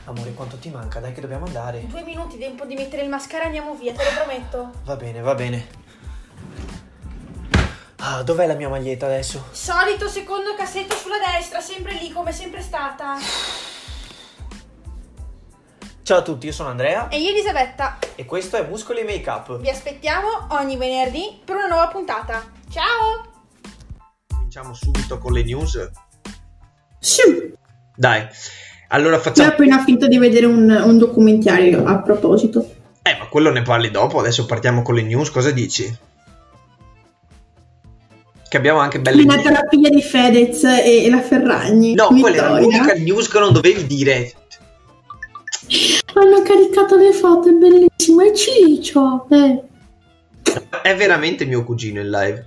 Amore, quanto ti manca? Dai che dobbiamo andare. 2 minuti, tempo di mettere il mascara, andiamo via, te lo prometto. Va bene, va bene. Ah, dov'è la mia maglietta adesso? Solito secondo cassetto sulla destra, sempre lì come sempre stata. Ciao a tutti, io sono Andrea. E io Elisabetta. E questo è Muscoli e Make Up. Vi aspettiamo ogni venerdì per una nuova puntata. Ciao! Cominciamo subito con le news. Sì. Dai, allora Io ho facciamo... appena finito di vedere un documentario a proposito. Ma quello ne parli dopo, adesso partiamo con le news, cosa dici? Che abbiamo anche belle news. La figlia di Fedez e la Ferragni. No, quella era Vittoria. l'unica news che non dovevi dire. Hanno caricato le foto, è bellissimo, è Ciccio. È veramente mio cugino in live.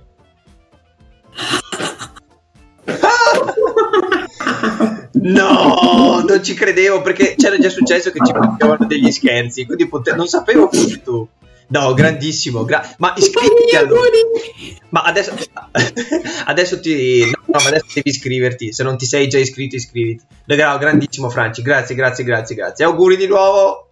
No, non ci credevo perché c'era già successo che ci facevano degli scherzi, quindi non sapevo che tu. No, grandissimo, ma iscriviti allora. Ma adesso ti no, ma adesso devi iscriverti, se non ti sei già iscritto iscriviti. Grandissimo Franci, grazie. Auguri di nuovo.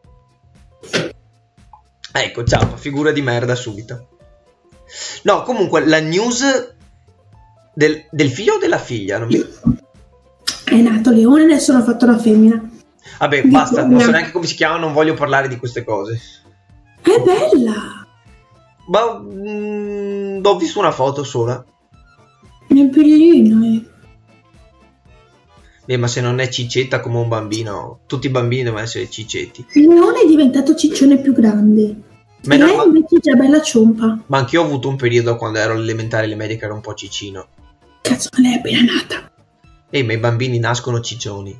Ecco, ciao, figura di merda subito. No, comunque la news del figlio o della figlia, non mi... È nato leone, adesso hanno fatto la femmina. Vabbè, basta, non so neanche come si chiama, non voglio parlare di queste cose. È bella. Ma ho visto una foto sola. È bellino, Ma se non è ciccetta come un bambino, tutti i bambini devono essere ciccetti. Il leone è diventato ciccione più grande. Ma lei invece è già bella ciompa. Ma anch'io ho avuto un periodo quando ero all'elementare e alle medie che ero un po' ciccino. Cazzo, ma lei è appena nata. Ma i bambini nascono ciccioni.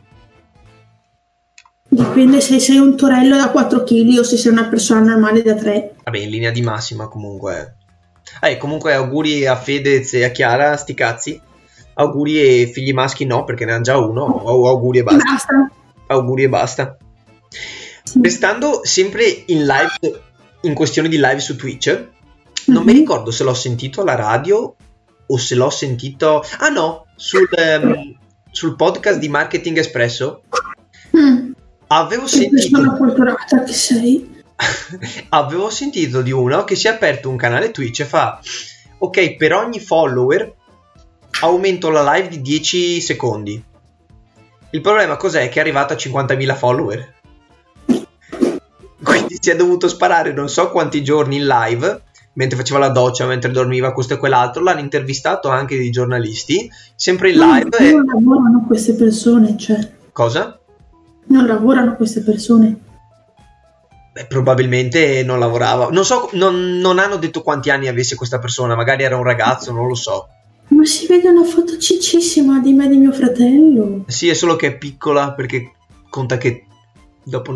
Dipende se sei un torello da 4 kg o se sei una persona normale da 3. Vabbè, in linea di massima comunque. Comunque auguri a Fedez e a Chiara, sti cazzi. Auguri e figli maschi no, perché ne hanno già uno. Auguri e basta. Auguri e basta. Sì. Restando sempre in live, in questione di live su Twitch, non mi ricordo se l'ho sentito alla radio o se l'ho sentito... Ah no, sul podcast di Marketing Espresso. Avevo sentito... Sono culturata che sei. Avevo sentito di uno che si è aperto un canale Twitch e fa: ok, per ogni follower aumento la live di 10 secondi. Il problema cos'è? Che è arrivato a 50.000 follower. Quindi si è dovuto sparare non so quanti giorni in live, mentre faceva la doccia, mentre dormiva, questo e quell'altro. L'hanno intervistato anche dei giornalisti, sempre in live. Non lavorano queste persone, cioè. Cosa? Non lavorano queste persone. Beh, probabilmente non lavorava. Non so, non hanno detto quanti anni avesse questa persona, magari era un ragazzo, non lo so. Ma si vede una foto ciccissima di me e di mio fratello. Sì, è solo che è piccola perché conta che dopo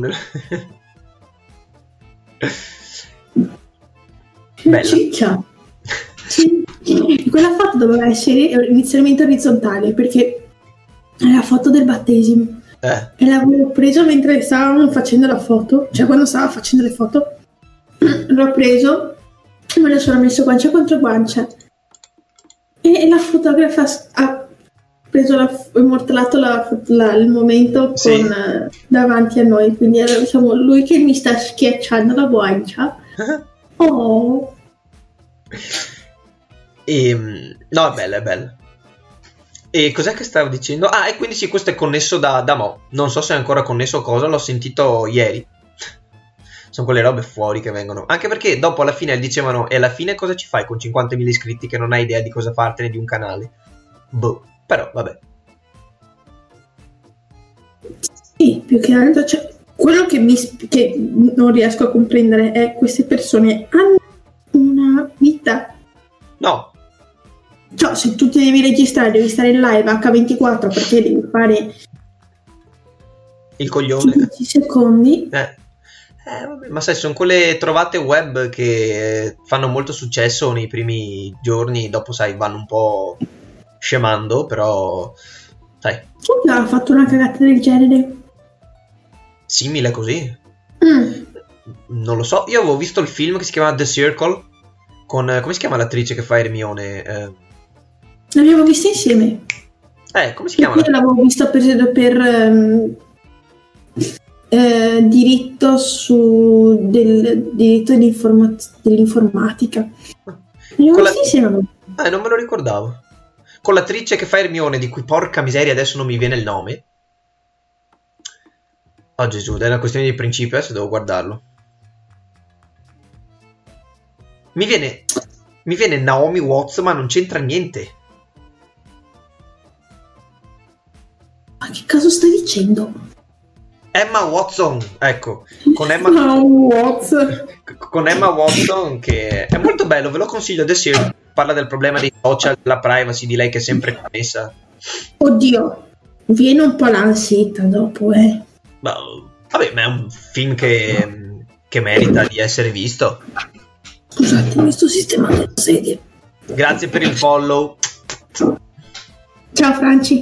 Bella. Ciccia. Sì. Quella foto doveva essere inizialmente orizzontale perché è la foto del battesimo. E l'avevo preso mentre stavamo facendo la foto, cioè quando stava facendo le foto l'ho preso e me lo sono messo guancia contro guancia e la fotografa ha preso immortalato il momento sì, con davanti a noi, quindi era diciamo lui che mi sta schiacciando la guancia. Oh, no, è bella. E cos'è che stavo dicendo? E quindi sì, questo è connesso da mo. Non so se è ancora connesso o cosa, l'ho sentito ieri. Sono quelle robe fuori che vengono. Anche perché dopo alla fine dicevano: e alla fine cosa ci fai con 50.000 iscritti che non hai idea di cosa fartene di un canale? Boh, però vabbè. Sì, più che altro, cioè, quello che non riesco a comprendere è queste persone hanno una vita. No. Cioè, se tu ti devi registrare, devi stare in live H24 perché devi fare il coglione 10 secondi. Vabbè, ma sai, sono quelle trovate web che fanno molto successo nei primi giorni, dopo sai vanno un po' scemando, però sai. Chi ha fatto una cagata del genere? Simile così? Non lo so, io avevo visto il film che si chiama The Circle con, come si chiama l'attrice che fa Hermione? L'abbiamo visto insieme. Come si chiama? Io l'avevo vista per diritto diritto dell'informatica. Non me lo ricordavo. Con l'attrice che fa Hermione, di cui porca miseria adesso non mi viene il nome. Oh Gesù, è una questione di principio, adesso devo guardarlo. Mi viene Naomi Watts, ma non c'entra niente. Ma che caso stai dicendo? Emma Watson, ecco, con Emma Watson, che è molto bello, ve lo consiglio. Adesso parla del problema dei social, della privacy di lei che è sempre connessa. Oddio, viene un po' l'ansietta dopo, Vabbè, ma è un film che merita di essere visto. Scusate, mi sto sistemando la sedia. Grazie per il follow. Ciao Franci.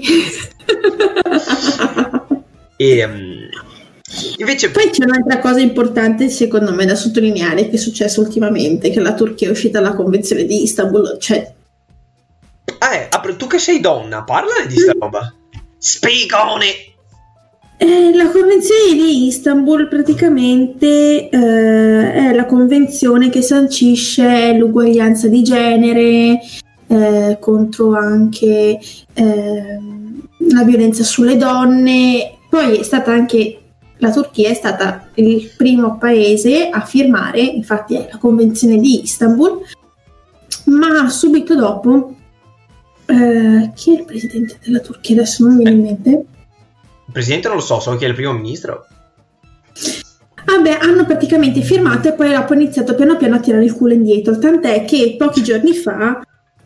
Invece poi c'è un'altra cosa importante secondo me da sottolineare che è successo ultimamente, che la Turchia è uscita dalla convenzione di Istanbul, cioè tu che sei donna, parlane di sta roba. Spiegone. La convenzione di Istanbul praticamente è la convenzione che sancisce l'uguaglianza di genere, contro anche la violenza sulle donne. Poi è stata anche la Turchia è stata il primo paese a firmare, infatti è la convenzione di Istanbul, ma subito dopo chi è il presidente della Turchia? Adesso non mi viene in mente. Il presidente non lo so chi è il primo ministro. Vabbè, hanno praticamente firmato e poi hanno iniziato piano piano a tirare il culo indietro, tant'è che pochi giorni fa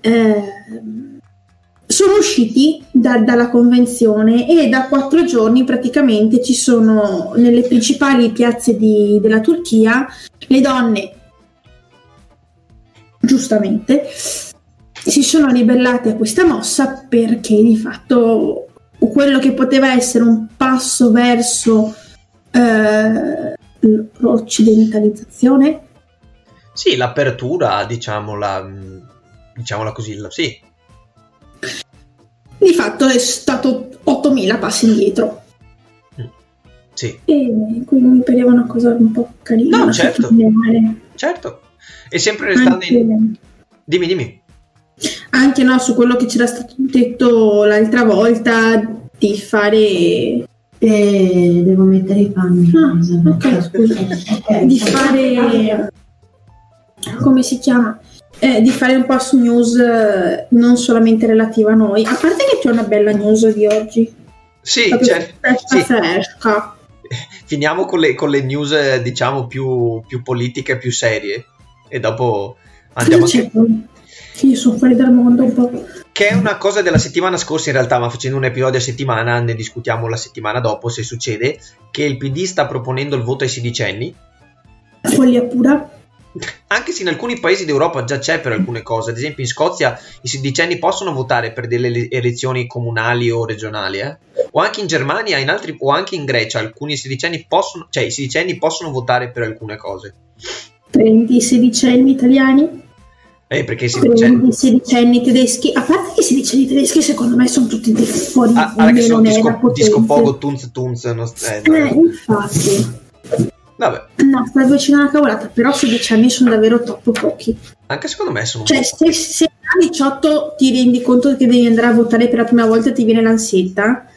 sono usciti dalla convenzione e da 4 giorni praticamente ci sono nelle principali piazze della Turchia le donne, giustamente, si sono ribellate a questa mossa perché di fatto quello che poteva essere un passo verso l'occidentalizzazione, sì, l'apertura, diciamola così, sì, di fatto è stato 8.000 passi indietro. Sì. E quindi mi pareva una cosa un po' carina. No, certo. E sempre restando Dimmi. Anche su quello che c'era stato detto l'altra volta di fare devo mettere i panni. Ok, scusa. Di fare come si chiama? Di fare un po' su news non solamente relativa a noi, a parte che c'è una bella news di oggi. Sì, fresca. Finiamo con le news diciamo più politiche, più serie, e dopo andiamo io sono fuori dal mondo un po'. Che è una cosa della settimana scorsa in realtà, ma facendo un episodio a settimana ne discutiamo la settimana dopo se succede, che il PD sta proponendo il voto ai sedicenni. Follia pura. Anche se in alcuni paesi d'Europa già c'è per alcune cose, ad esempio in Scozia i sedicenni possono votare per delle elezioni comunali o regionali, o anche in Germania, o anche in Grecia alcuni sedicenni i sedicenni possono votare per alcune cose. Prendi i sedicenni italiani? Perché i sedicenni tedeschi, a parte che i sedicenni tedeschi secondo me sono tutti fuori che sono disco poco tunz infatti. Vabbè. No, stai vicino alla cavolata, però 16 anni sono davvero troppo pochi. Anche secondo me sono se a 18 ti rendi conto che devi andare a votare per la prima volta e ti viene l'ansietta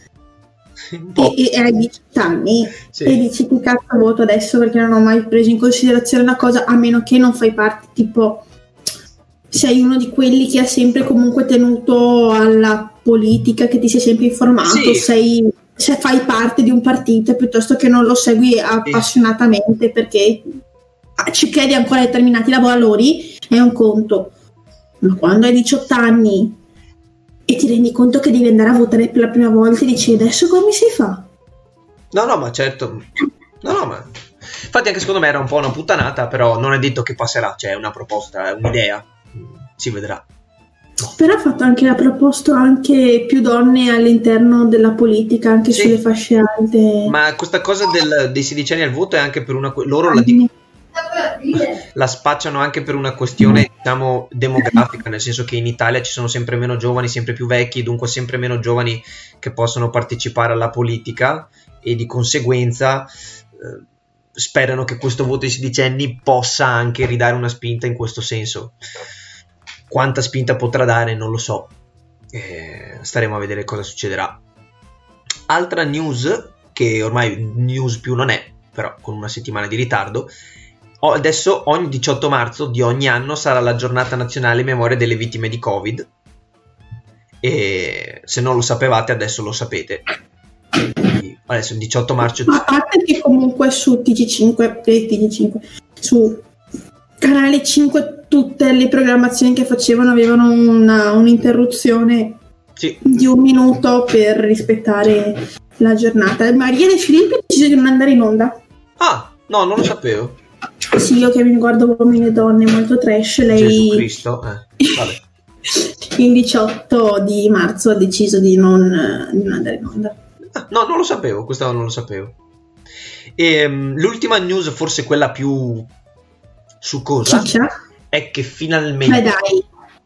e hai 18 anni e dici che cazzo voto adesso perché non ho mai preso in considerazione una cosa, a meno che non fai parte, tipo sei uno di quelli che ha sempre comunque tenuto alla politica, che ti sei sempre informato, se fai parte di un partito piuttosto che non lo segui appassionatamente perché ci credi ancora a determinati valori, è un conto, ma quando hai 18 anni e ti rendi conto che devi andare a votare per la prima volta e dici adesso come si fa? No, ma certo, ma infatti anche secondo me era un po' una puttanata, però non è detto che passerà, c'è una proposta, è un'idea, si vedrà. Però ha fatto anche la proposta anche più donne all'interno della politica, anche sulle fasce alte. Ma questa cosa dei 16 anni al voto è anche per loro la dicono. la spacciano anche per una questione, diciamo, demografica, nel senso che in Italia ci sono sempre meno giovani, sempre più vecchi, dunque sempre meno giovani che possono partecipare alla politica, e di conseguenza sperano che questo voto ai sedicenni possa anche ridare una spinta in questo senso. Quanta spinta potrà dare non lo so, staremo a vedere cosa succederà. Altra news, che ormai news più non è, però con una settimana di ritardo, adesso ogni 18 marzo di ogni anno sarà la giornata nazionale in memoria delle vittime di Covid, e se non lo sapevate adesso lo sapete. Quindi, adesso il 18 marzo, a parte che comunque su TG5 su Canale 5 tutte le programmazioni che facevano avevano un'interruzione di 1 minuto per rispettare la giornata. Maria De Filippi ha deciso di non andare in onda. Ah, no, non lo sapevo. Sì, io che mi guardo Uomini e Donne molto trash, lei Gesù Cristo, vabbè. Il 18 di marzo ha deciso di non andare in onda. No, non lo sapevo, questo non lo sapevo. E l'ultima news, forse quella più succosa, Ciccia? È che finalmente dai.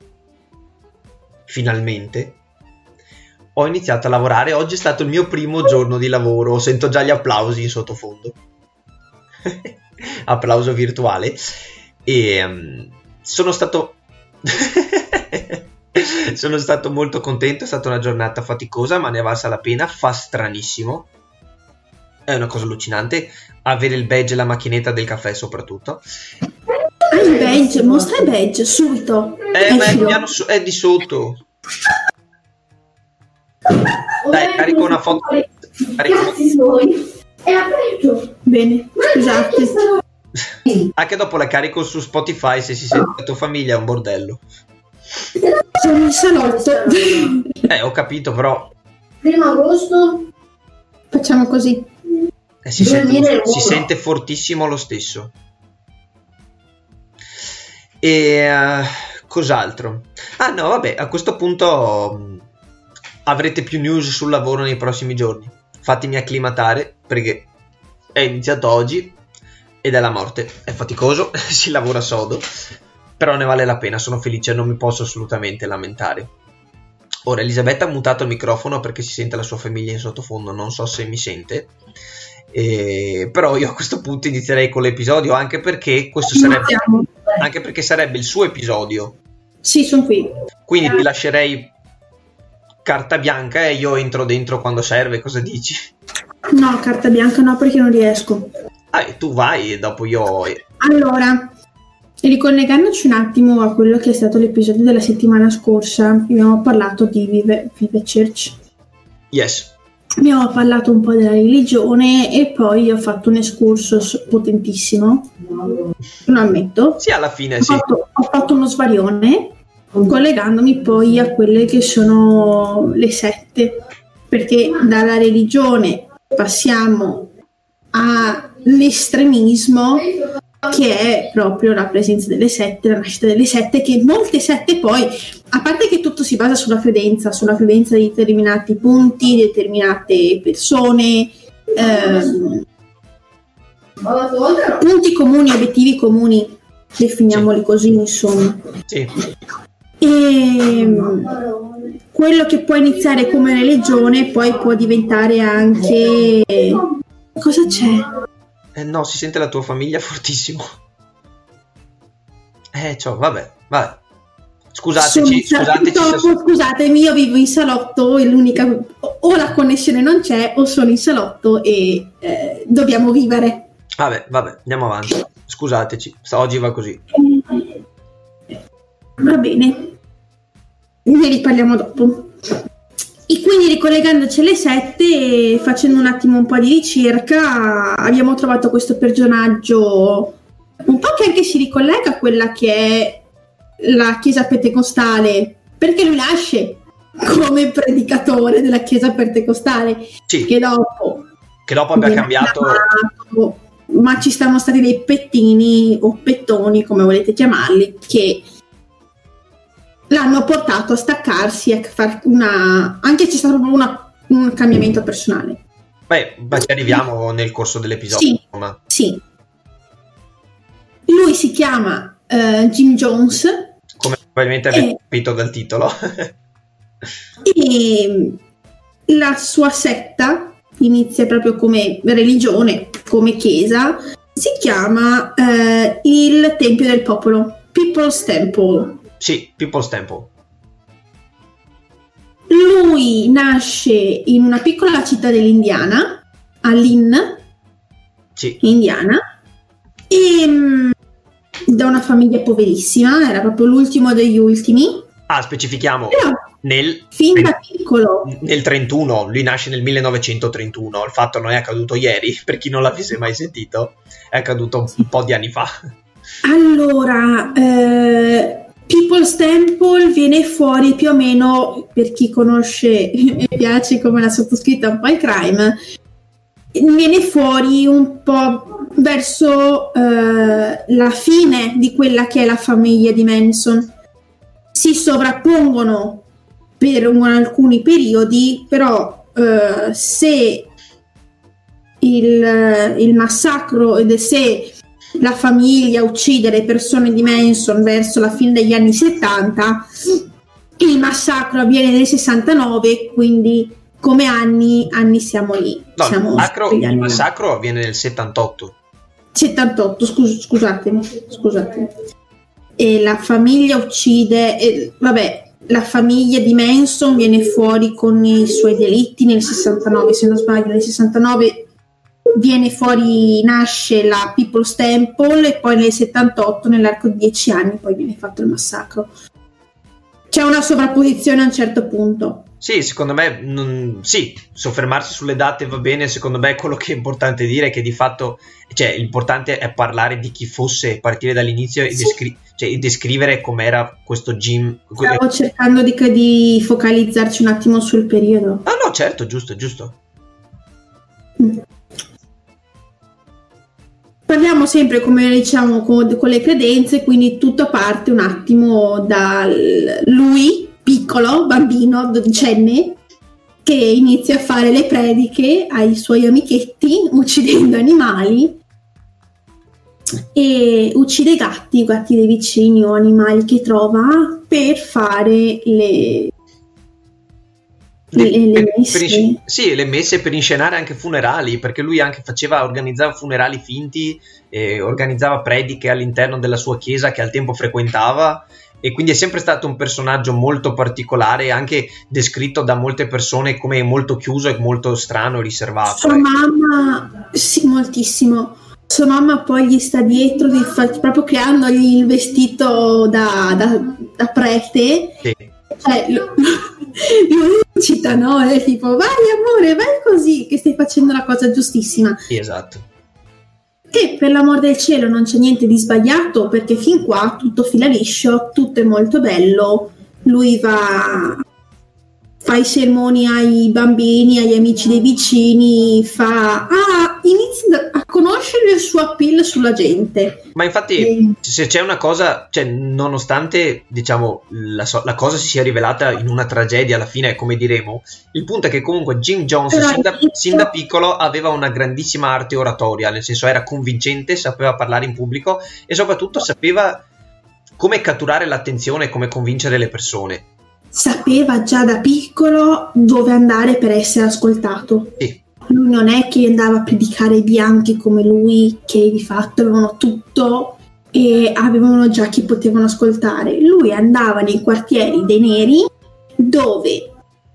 Finalmente ho iniziato a lavorare. Oggi è stato il mio primo giorno di lavoro. Sento già gli applausi in sottofondo. Applauso virtuale. E sono stato sono stato molto contento. È stata una giornata faticosa, ma ne è valsa la pena. Fa stranissimo, è una cosa allucinante avere il badge e la macchinetta del caffè, soprattutto. Il badge, mostra il badge subito. Ma è di sotto. Dai, carico una foto. È aperto. Bene, scusate. Anche dopo la carico su Spotify, se si sente la tua famiglia è un bordello. Sono in salotto. Ho capito, però 1 agosto facciamo così. Si sente fortissimo lo stesso. E cos'altro? Ah no, vabbè, a questo punto avrete più news sul lavoro nei prossimi giorni. Fatemi acclimatare, perché è iniziato oggi ed è la morte. È faticoso, si lavora sodo, però ne vale la pena, sono felice, non mi posso assolutamente lamentare. Ora Elisabetta ha mutato il microfono perché si sente la sua famiglia in sottofondo, non so se mi sente. Però io a questo punto inizierei con l'episodio, anche perché sarebbe il suo episodio. Sì, sono qui. Quindi ti lascerei carta bianca e io entro dentro quando serve. Cosa dici? No, carta bianca no, perché non riesco. Tu vai e dopo io... Allora, ricollegandoci un attimo a quello che è stato l'episodio della settimana scorsa, abbiamo parlato di Vive Church. Yes. Abbiamo parlato un po' della religione e poi ho fatto un excursus potentissimo, lo ammetto. Sì, alla fine sì. Ho fatto uno svarione, collegandomi poi a quelle che sono le sette, perché dalla religione passiamo all'estremismo, che è proprio la presenza delle sette, la nascita delle sette, che molte sette poi, a parte che tutto si basa sulla credenza di determinati punti, determinate persone, punti comuni, obiettivi comuni, definiamoli così, insomma. Sì. E quello che può iniziare come religione poi può diventare anche... Cosa c'è? No, si sente la tua famiglia fortissimo. Vabbè. Scusateci. Scusatemi, io vivo in salotto e l'unica... O la connessione non c'è o sono in salotto e dobbiamo vivere. Vabbè, andiamo avanti. Scusateci, oggi va così. Va bene. Ne riparliamo dopo. E quindi ricollegandoci alle sette, facendo un attimo un po' di ricerca, abbiamo trovato questo personaggio un po' che anche si ricollega a quella che è la chiesa pentecostale, perché lui nasce come predicatore della chiesa pentecostale, sì, che dopo abbia cambiato, ma ci stanno stati dei pettini o pettoni, come volete chiamarli, che l'hanno portato a staccarsi e a fare anche c'è stato un cambiamento personale. Ma ci arriviamo nel corso dell'episodio. Sì. Lui si chiama Jim Jones. Come probabilmente avete capito dal titolo. E la sua setta inizia proprio come religione, come chiesa, si chiama il Tempio del Popolo, People's Temple. Sì, People's Temple. Lui nasce in una piccola città dell'Indiana, a Lynn, sì, Indiana, e da una famiglia poverissima, era proprio l'ultimo degli ultimi. Specifichiamo. Fin da piccolo. Nel 31, lui nasce nel 1931, il fatto non è accaduto ieri, per chi non l'avesse mai sentito, è accaduto un po' di anni fa. Allora, People's Temple viene fuori più o meno, per chi conosce e piace come la sottoscritta un po' il crime, viene fuori un po' verso la fine di quella che è la famiglia di Manson. Si sovrappongono per alcuni periodi, però se il massacro ed se la famiglia uccide le persone di Manson verso la fine degli anni 70, il massacro avviene nel 69, quindi come anni siamo lì. No, il massacro avviene nel 78. 78, scusatemi. E la famiglia uccide, la famiglia di Manson viene fuori con i suoi delitti nel 69, se non sbaglio, nel 69 viene fuori, nasce la People's Temple, e poi nel 78, nell'arco di 10 anni, poi viene fatto il massacro. C'è una sovrapposizione a un certo punto. Sì, secondo me, sì, soffermarsi sulle date va bene. Secondo me quello che è importante dire è che di fatto, cioè, l'importante è parlare di chi fosse, partire dall'inizio e descrivere com'era questo Jim. Stavo cercando di focalizzarci un attimo sul periodo. No, certo, giusto. Parliamo sempre, come diciamo, con le credenze, quindi tutto parte un attimo da lui, piccolo, bambino, dodicenne, che inizia a fare le prediche ai suoi amichetti, uccidendo animali, e uccide gatti dei vicini o animali che trova per fare le messe. Sì, le messe per inscenare anche funerali, perché lui anche organizzava funerali finti, organizzava prediche all'interno della sua chiesa che al tempo frequentava, e quindi è sempre stato un personaggio molto particolare, anche descritto da molte persone come molto chiuso e molto strano e riservato. Sua mamma, sì, moltissimo. Sua mamma poi gli sta dietro, proprio creandogli il vestito da prete. Sì. Cioè, lui incita, no? È tipo, vai amore, vai così, che stai facendo la cosa giustissima. Sì, esatto. Che per l'amor del cielo non c'è niente di sbagliato, perché fin qua tutto fila liscio, tutto è molto bello. Lui fa i sermoni ai bambini, agli amici dei vicini, inizia a conoscere il suo appeal sulla gente. Ma infatti, se c'è una cosa, cioè, nonostante, diciamo, la cosa si sia rivelata in una tragedia alla fine, come diremo, il punto è che comunque Jim Jones sin da piccolo aveva una grandissima arte oratoria, nel senso era convincente, sapeva parlare in pubblico e soprattutto sapeva come catturare l'attenzione e come convincere le persone. Sapeva già da piccolo dove andare per essere ascoltato. Sì. Lui non è che andava a predicare ai bianchi come lui, che di fatto avevano tutto e avevano già chi potevano ascoltare. Lui andava nei quartieri dei neri, dove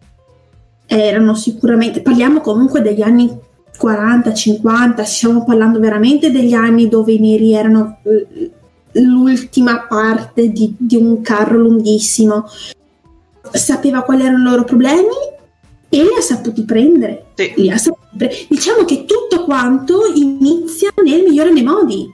erano sicuramente, parliamo comunque degli anni 40-50, stiamo parlando veramente degli anni dove i neri erano l'ultima parte di un carro lunghissimo. Sapeva quali erano i loro problemi e li ha saputi prendere. Sì. Diciamo che tutto quanto inizia nel migliore dei modi.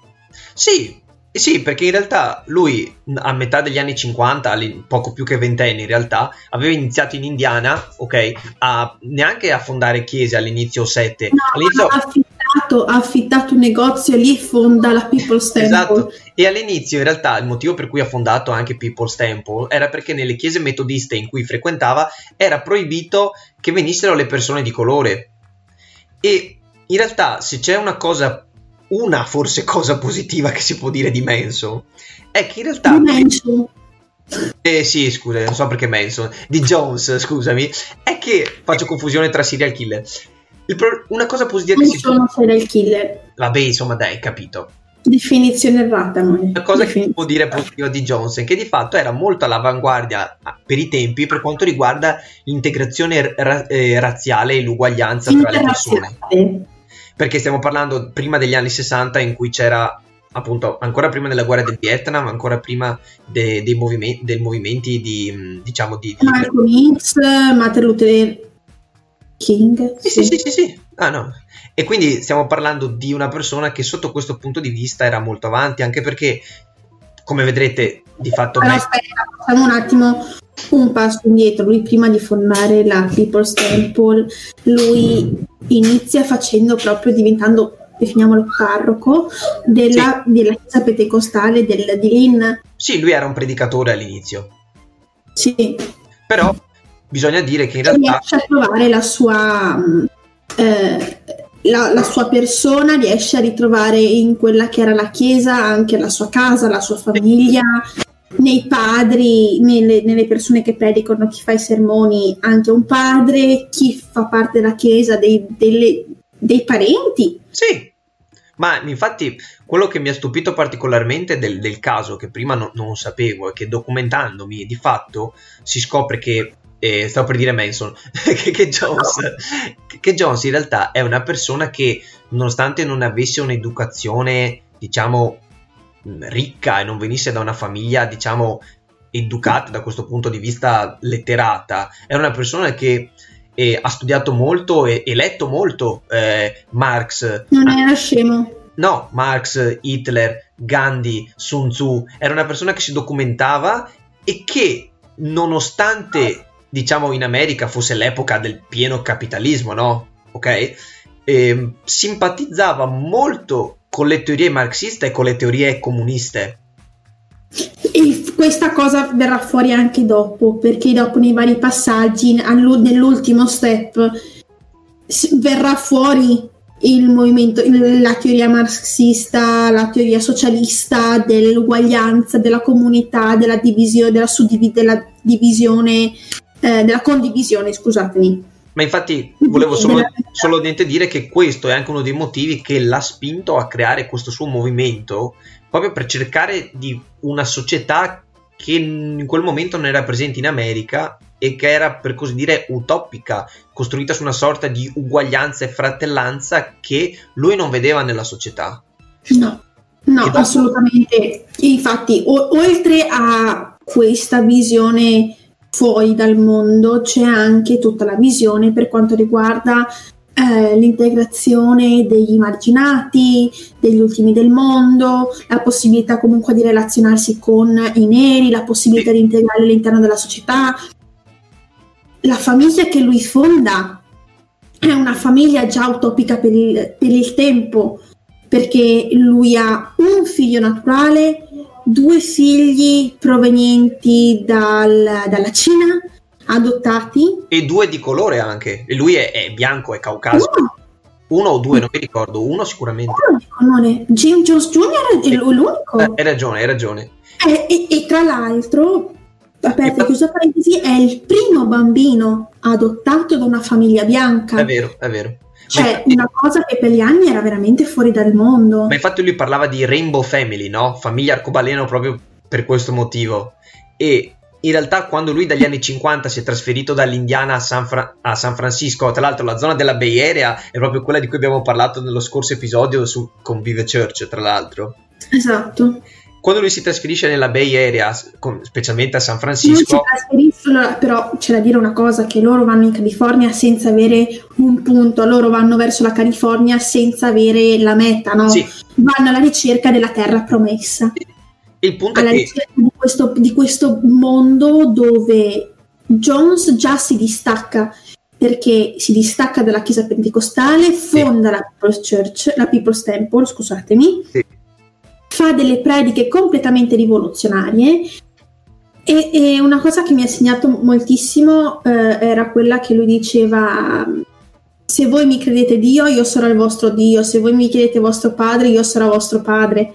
Sì, perché in realtà lui a metà degli anni 50, poco più che ventenne in realtà, aveva iniziato in Indiana, ok, neanche a fondare chiese all'inizio 7. No, all'inizio ha affittato un negozio lì e fonda la People's Temple. Esatto, e all'inizio in realtà il motivo per cui ha fondato anche People's Temple era perché nelle chiese metodiste in cui frequentava era proibito che venissero le persone di colore. E in realtà, se c'è una cosa una forse cosa positiva che si può dire di Manson è che in realtà... Di Manson? Sì, scusa, non so perché Manson. Di Jones, scusami. È che faccio confusione tra serial killer. Una cosa positiva non che si può... sono serial killer. Vabbè, insomma, dai, capito. Definizione errata, noi. Una cosa che si può dire positiva di Jones è che di fatto era molto all'avanguardia per i tempi per quanto riguarda l'integrazione razziale e l'uguaglianza tra le persone. Perché stiamo parlando prima degli anni 60 in cui c'era, appunto, ancora prima della guerra del Vietnam, ancora prima dei movimenti di, diciamo, di Malcolm X, Martin Luther King. Sì. Ah, no. E quindi stiamo parlando di una persona che sotto questo punto di vista era molto avanti, anche perché, come vedrete, di fatto... Però aspetta, facciamo un attimo un passo indietro. Lui prima di fondare la People's Temple, lui inizia diventando, definiamolo, parroco della chiesa pentecostale di Lynn. Sì, lui era un predicatore all'inizio. Sì. Però bisogna dire che in realtà... riesce a trovare la sua... la sua persona, riesce a ritrovare in quella che era la chiesa anche la sua casa, la sua famiglia, nei padri, nelle persone che predicano, chi fa i sermoni anche un padre, chi fa parte della chiesa, dei parenti. Sì, ma infatti quello che mi ha stupito particolarmente del caso, che prima non sapevo, è che documentandomi di fatto si scopre che stavo per dire Manson che Jones in realtà è una persona che, nonostante non avesse un'educazione, diciamo, ricca e non venisse da una famiglia, diciamo, educata da questo punto di vista, letterata, è una persona che ha studiato molto e letto molto Marx. Non era scemo. No, Marx, Hitler, Gandhi, Sun Tzu. Era una persona che si documentava e che, nonostante, diciamo, in America fosse l'epoca del pieno capitalismo, no? Ok? Simpatizzava molto con le teorie marxiste e con le teorie comuniste. E questa cosa verrà fuori anche dopo, perché dopo nei vari passaggi, nell'ultimo step, verrà fuori il movimento, la teoria marxista, la teoria socialista dell'uguaglianza, della comunità, della divisione, della condivisione, scusatemi. Ma infatti volevo solamente dire che questo è anche uno dei motivi che l'ha spinto a creare questo suo movimento, proprio per cercare di una società che in quel momento non era presente in America e che era, per così dire, utopica, costruita su una sorta di uguaglianza e fratellanza che lui non vedeva nella società. No, assolutamente. Infatti, oltre a questa visione fuori dal mondo, c'è anche tutta la visione per quanto riguarda l'integrazione degli marginati, degli ultimi del mondo, la possibilità comunque di relazionarsi con i neri, la possibilità di integrare all'interno della società. La famiglia che lui fonda è una famiglia già utopica per il tempo, perché lui ha un figlio naturale, 2 figli provenienti dalla Cina, adottati, e 2 di colore anche, e lui è bianco, è caucasico. Uno o 2, non mi ricordo, uno sicuramente. Jim Jones Jr. è l'unico. Hai ragione. E tra l'altro, aperta e chiusa parentesi, è il primo bambino adottato da una famiglia bianca. È vero. Cioè, infatti, una cosa che per gli anni era veramente fuori dal mondo. Ma infatti lui parlava di Rainbow Family, no? Famiglia arcobaleno, proprio per questo motivo. E in realtà quando lui dagli anni 50 si è trasferito dall'Indiana a San Francisco, tra l'altro la zona della Bay Area è proprio quella di cui abbiamo parlato nello scorso episodio con Vive Church, tra l'altro. Esatto. Quando lui si trasferisce nella Bay Area, specialmente a San Francisco... Però c'è da dire una cosa, che loro vanno in California senza avere un punto, loro vanno verso la California senza avere la meta, no? Sì. Vanno alla ricerca della terra promessa. Il punto alla è che... ricerca di questo mondo dove Jones già si distacca, perché si distacca dalla chiesa pentecostale, fonda la People's Temple, scusatemi, fa delle prediche completamente rivoluzionarie e una cosa che mi ha segnato moltissimo era quella che lui diceva: se voi mi credete Dio, io sarò il vostro Dio, se voi mi chiedete vostro padre, io sarò vostro padre.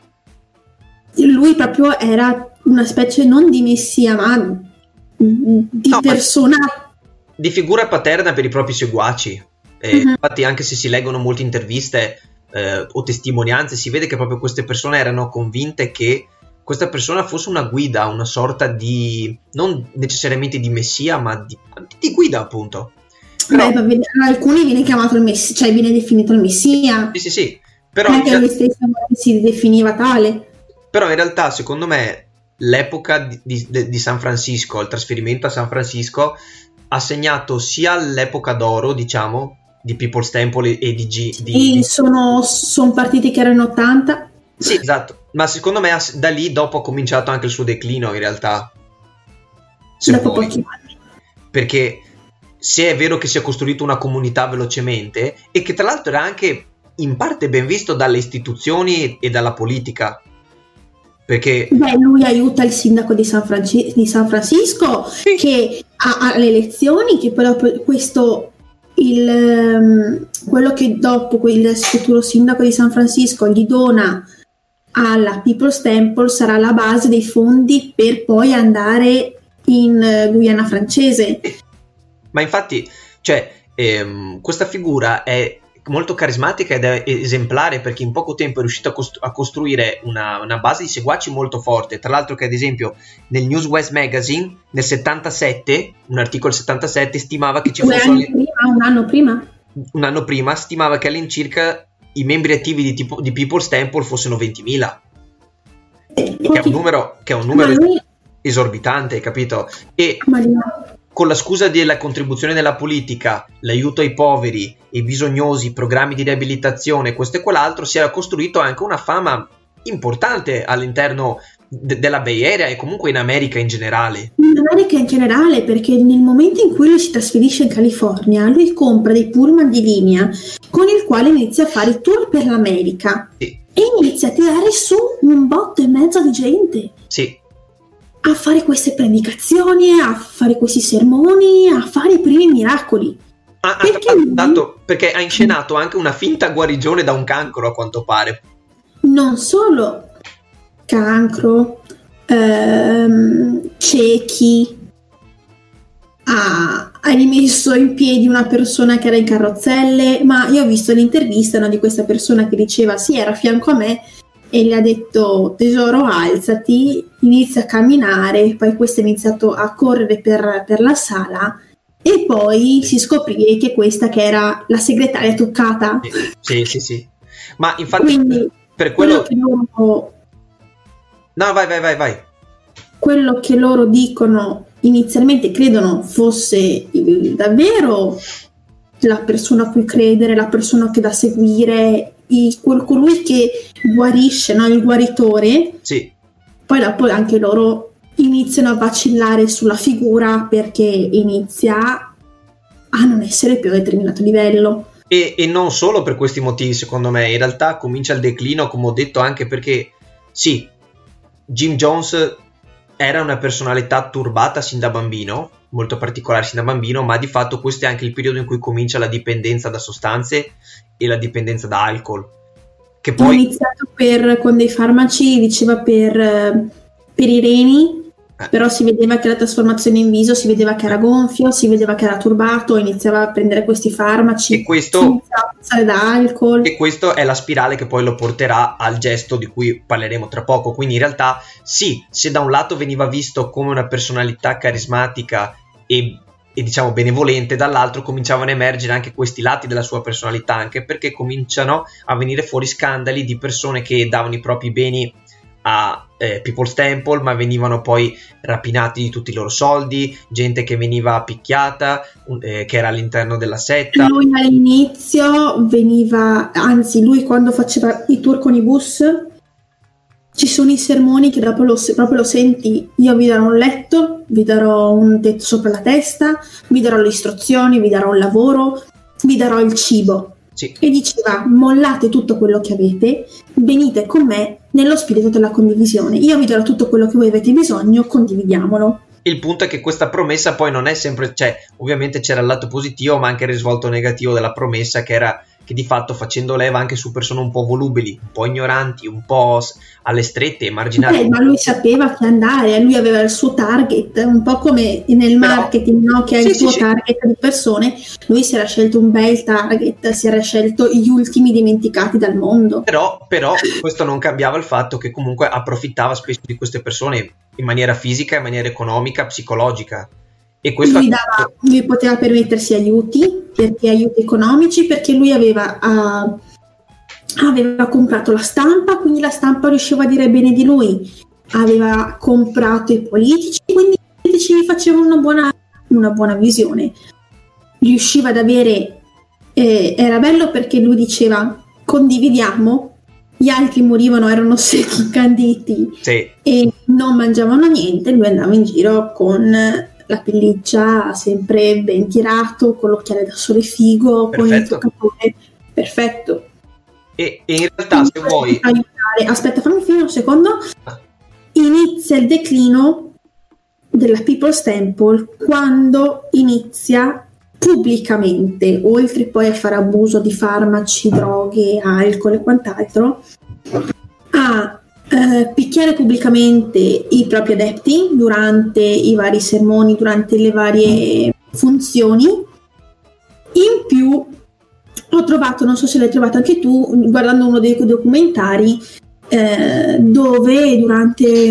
Lui proprio era una specie non di messia, ma di persona, di figura paterna per i propri seguaci. Infatti, anche se si leggono molte interviste o testimonianze, si vede che proprio queste persone erano convinte che questa persona fosse una guida, una sorta di, non necessariamente di messia, ma di guida, appunto. Però, alcuni viene chiamato il messia, cioè viene definito il messia. Sì. Però anche lui stesso si definiva tale. Però in realtà, secondo me, l'epoca di San Francisco, il trasferimento a San Francisco, ha segnato sia l'epoca d'oro, diciamo, di People's Temple e di sono partiti che erano 80. Sì, esatto, ma secondo me da lì dopo ha cominciato anche il suo declino, in realtà. Dopo pochi anni. Perché se è vero che si è costruito una comunità velocemente, e che tra l'altro era anche in parte ben visto dalle istituzioni e dalla politica, perché lui aiuta il sindaco di San Francisco, sì, che ha le elezioni, che però questo quello che dopo il futuro sindaco di San Francisco gli dona alla People's Temple sarà la base dei fondi per poi andare in Guyana francese. Ma infatti, cioè, questa figura è molto carismatica ed è esemplare, perché in poco tempo è riuscito a costruire una base di seguaci molto forte. Tra l'altro, che ad esempio nel News West Magazine nel 77, un articolo del 77 stimava che ci fossero un anno prima stimava che all'incirca i membri attivi di People's Temple fossero 20.000, che è un numero esorbitante, capito? E con la scusa della contribuzione della politica, l'aiuto ai poveri, ai bisognosi, i programmi di riabilitazione, questo e quell'altro, si era costruito anche una fama importante all'interno della Bay Area e comunque in America in generale. In America in generale, perché nel momento in cui lui si trasferisce in California, lui compra dei pullman di linea con il quale inizia a fare il tour per l'America. Sì. E inizia a tirare su un botto e mezzo di gente. Sì. A fare queste predicazioni, a fare questi sermoni, a fare i primi miracoli. Perché ha inscenato anche una finta guarigione da un cancro, a quanto pare. Non solo cancro, ciechi, ha rimesso in piedi una persona che era in carrozzelle, ma io ho visto l'intervista, no, di questa persona che diceva sì, era a fianco a me, e gli ha detto tesoro alzati, inizia a camminare, poi questo ha iniziato a correre per la sala e poi si scoprì che questa che era la segretaria toccata. Sì. Ma infatti quindi per quello che loro... No, vai. Quello che loro dicono inizialmente credono fosse davvero la persona a cui credere, la persona che da seguire, colui che guarisce, no? Il guaritore. Sì. Poi dopo anche loro iniziano a vacillare sulla figura, perché inizia a non essere più a determinato livello. E non solo per questi motivi, secondo me. In realtà comincia il declino, come ho detto, anche perché sì, Jim Jones era una personalità turbata sin da bambino, molto particolare sin da bambino, ma di fatto questo è anche il periodo in cui comincia la dipendenza da sostanze e la dipendenza da alcol, che poi ha iniziato con dei farmaci, diceva per i reni, però si vedeva che la trasformazione in viso, si vedeva che era gonfio, si vedeva che era turbato, iniziava a prendere questi farmaci, e questo iniziava a passare da alcol, e questo è la spirale che poi lo porterà al gesto di cui parleremo tra poco. Quindi in realtà sì, se da un lato veniva visto come una personalità carismatica e diciamo benevolente, dall'altro cominciavano a emergere anche questi lati della sua personalità, anche perché cominciano a venire fuori scandali di persone che davano i propri beni a People's Temple, ma venivano poi rapinati di tutti i loro soldi, gente che veniva picchiata, che era all'interno della setta. Lui all'inizio veniva, anzi lui quando faceva i tour con i bus, ci sono i sermoni che dopo proprio lo senti: io vi darò un letto, vi darò un tetto sopra la testa, vi darò le istruzioni, vi darò un lavoro, vi darò il cibo. Sì. E diceva: mollate tutto quello che avete, venite con me nello spirito della condivisione, io vi darò tutto quello che voi avete bisogno, condividiamolo. il punto è che questa promessa poi non è sempre, cioè ovviamente c'era il lato positivo ma anche il risvolto negativo della promessa, che era che di fatto, facendo leva anche su persone un po' volubili, un po' ignoranti, un po' alle strette, emarginate. Ma lui sapeva che andare, lui aveva il suo target, un po' come nel marketing, no? Che ha il suo target di persone. Lui si era scelto un bel target, si era scelto gli ultimi dimenticati dal mondo. Però questo non cambiava il fatto che comunque approfittava spesso di queste persone in maniera fisica, in maniera economica, psicologica. E questo lui poteva permettersi aiuti economici, perché lui aveva comprato la stampa, quindi la stampa riusciva a dire bene di lui, aveva comprato i politici, quindi i politici gli facevano una buona visione, riusciva ad avere, era bello perché lui diceva condividiamo, gli altri morivano, erano secchi, incanditi, sì, e non mangiavano niente, lui andava in giro con la pelliccia sempre ben tirato, con l'occhiale da sole figo, perfetto, con il giocatore perfetto. E in realtà, se vuoi aspetta, fammi finire un secondo. Inizia il declino della People's Temple quando inizia pubblicamente, oltre poi a fare abuso di farmaci, droghe, alcol e quant'altro, a picchiare pubblicamente i propri adepti durante i vari sermoni, durante le varie funzioni. In più ho trovato, non so se l'hai trovato anche tu, guardando uno dei documentari, dove durante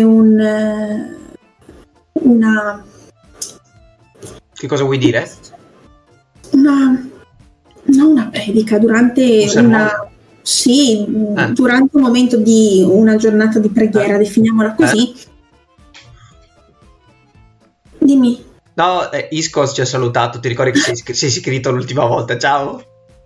una... Che cosa vuoi dire? Non una predica, durante durante un momento di una giornata di preghiera, definiamola così. Dimmi. No, Iscos ci ha salutato, ti ricordi che sei iscritto l'ultima volta, ciao.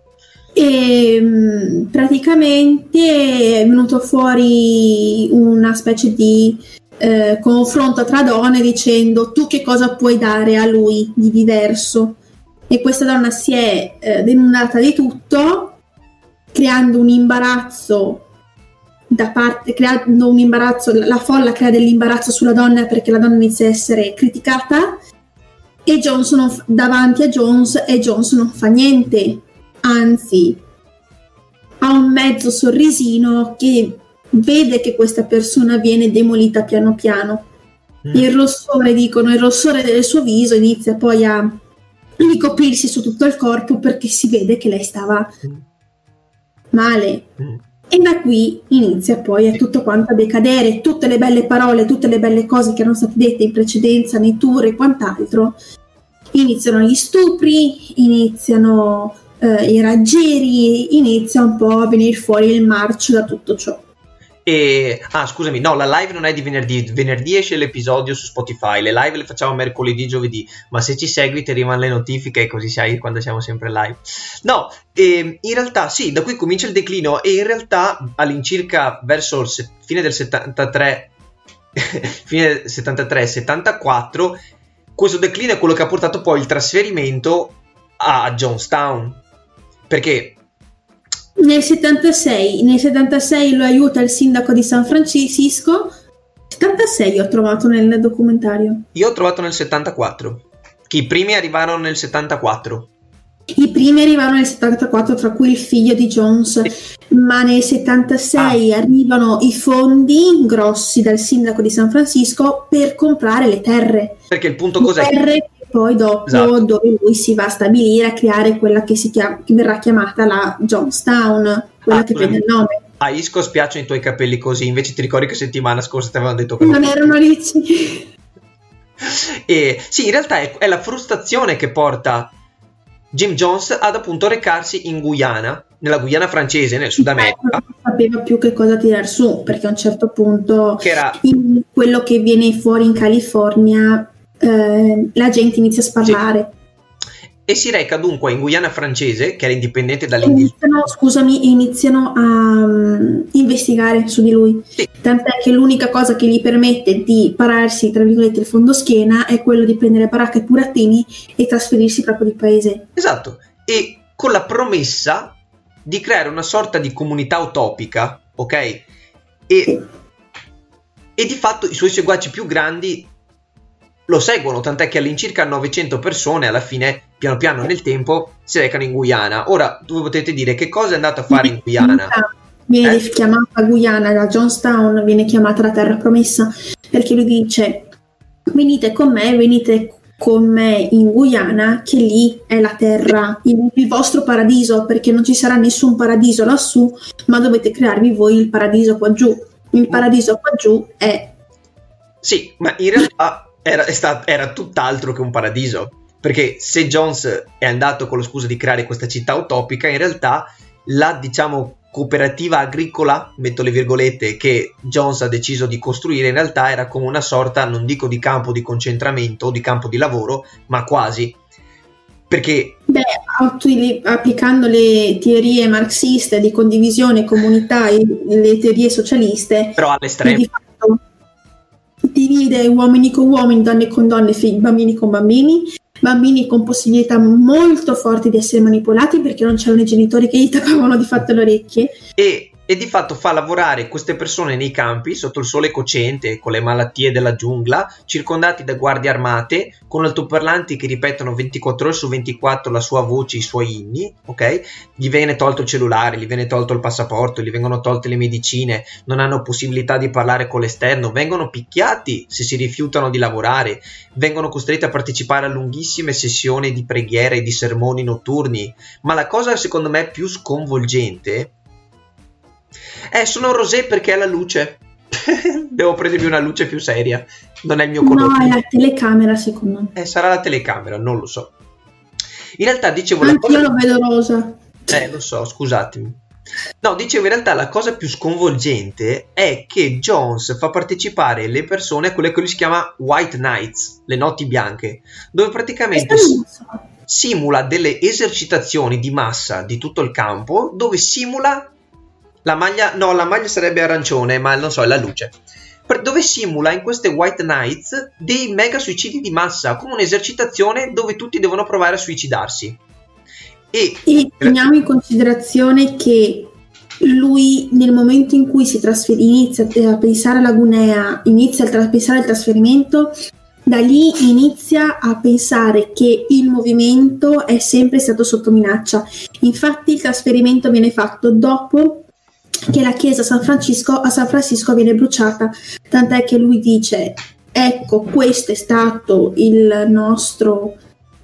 E praticamente è venuto fuori una specie di confronto tra donne, dicendo tu che cosa puoi dare a lui di diverso, e questa donna si è denudata di tutto, creando un imbarazzo la folla crea dell'imbarazzo sulla donna, perché la donna inizia a essere criticata, e davanti a Jones non fa niente, anzi ha un mezzo sorrisino che vede che questa persona viene demolita piano piano. Il rossore del suo viso inizia poi a ricoprirsi su tutto il corpo, perché si vede che lei stava male. E da qui inizia poi a tutto quanto a decadere, tutte le belle parole, tutte le belle cose che erano state dette in precedenza nei tour e quant'altro. Iniziano gli stupri, iniziano i raggiri, inizia un po' a venire fuori il marcio da tutto ciò. Scusami, no, la live non è di venerdì esce l'episodio su Spotify, le live le facciamo mercoledì, giovedì, ma se ci segui ti arrivano le notifiche, così sai quando siamo sempre live. No, in realtà sì, da qui comincia il declino, e in realtà all'incirca verso fine del 73 fine 73-74 questo declino è quello che ha portato poi il trasferimento a Jonestown, perché nel 76 lo aiuta il sindaco di San Francisco. 76 ho trovato nel documentario. Io ho trovato nel 74, che i primi arrivarono nel 74. I primi arrivano nel 74, tra cui il figlio di Jones, ma nel 76 arrivano i fondi grossi dal sindaco di San Francisco per comprare le terre. Perché il punto cos'è? Terre che poi dopo, esatto, dove lui si va a stabilire, a creare quella che verrà chiamata la Jonestown, quella che prende il nome. A Isco spiacciono i tuoi capelli così, invece ti ricordi che settimana scorsa ti avevano detto che non erano ricci. E sì, in realtà è la frustrazione che porta Jim Jones ad appunto recarsi in Guyana, nella Guyana francese, nel Sud America. Non sapeva più che cosa tirar su, perché a un certo punto quello che viene fuori in California, la gente inizia a sparlare. Sì. E si reca dunque in Guyana francese, che era indipendente dall'Inghilterra. Iniziano a investigare su di lui. Sì. Tant'è che l'unica cosa che gli permette di pararsi, tra virgolette, il fondoschiena è quello di prendere baracca e burattini e trasferirsi proprio di paese. Esatto. E con la promessa di creare una sorta di comunità utopica, ok? E di fatto i suoi seguaci più grandi lo seguono, tant'è che all'incirca 900 persone alla fine, piano piano nel tempo, si recano in Guyana. Ora, voi potete dire che cosa è andato a fare in Guyana? Viene chiamata Guyana, da Johnstown viene chiamata la terra promessa, perché lui dice: venite con me in Guyana, che lì è la terra, il vostro paradiso, perché non ci sarà nessun paradiso lassù, ma dovete crearvi voi il paradiso qua giù. Il paradiso qua giù è... Sì, ma in realtà era tutt'altro che un paradiso, perché se Jones è andato con la scusa di creare questa città utopica, in realtà la, diciamo, cooperativa agricola, metto le virgolette, che Jones ha deciso di costruire, in realtà era come una sorta, non dico di campo di concentramento o di campo di lavoro, ma quasi, perché applicando le teorie marxiste di condivisione, comunità e le teorie socialiste, però all'estremo, di fatto divide uomini con uomini, donne con donne, bambini con bambini con possibilità molto forti di essere manipolati, perché non c'erano i genitori che gli tappavano di fatto le orecchie, e di fatto fa lavorare queste persone nei campi sotto il sole cocente, con le malattie della giungla, circondati da guardie armate, con altoparlanti che ripetono 24 ore su 24 la sua voce, i suoi inni, ok? Gli viene tolto il cellulare, gli viene tolto il passaporto, gli vengono tolte le medicine, non hanno possibilità di parlare con l'esterno, vengono picchiati se si rifiutano di lavorare, vengono costretti a partecipare a lunghissime sessioni di preghiere e di sermoni notturni. Ma la cosa secondo me più sconvolgente sono rosé perché è la luce. Devo prendermi una luce più seria, non è il mio colore. No, è la telecamera, secondo me. Sarà la telecamera, non lo so. In realtà dicevo io lo vedo rosa. Lo so, scusatemi. No, dicevo, in realtà la cosa più sconvolgente è che Jones fa partecipare le persone a quelle che lui si chiama White Nights, le notti bianche, dove praticamente simula delle esercitazioni di massa di tutto il campo, dove simula la maglia sarebbe arancione, ma non so, è la luce, dove simula in queste White Nights dei mega suicidi di massa, come un'esercitazione dove tutti devono provare a suicidarsi. E teniamo in considerazione che lui, nel momento in cui inizia a pensare alla Guinea, inizia a pensare al trasferimento, da lì inizia a pensare che il movimento è sempre stato sotto minaccia. Infatti il trasferimento viene fatto dopo che la chiesa a San Francisco viene bruciata, tant'è che lui dice: ecco, questo è stato il nostro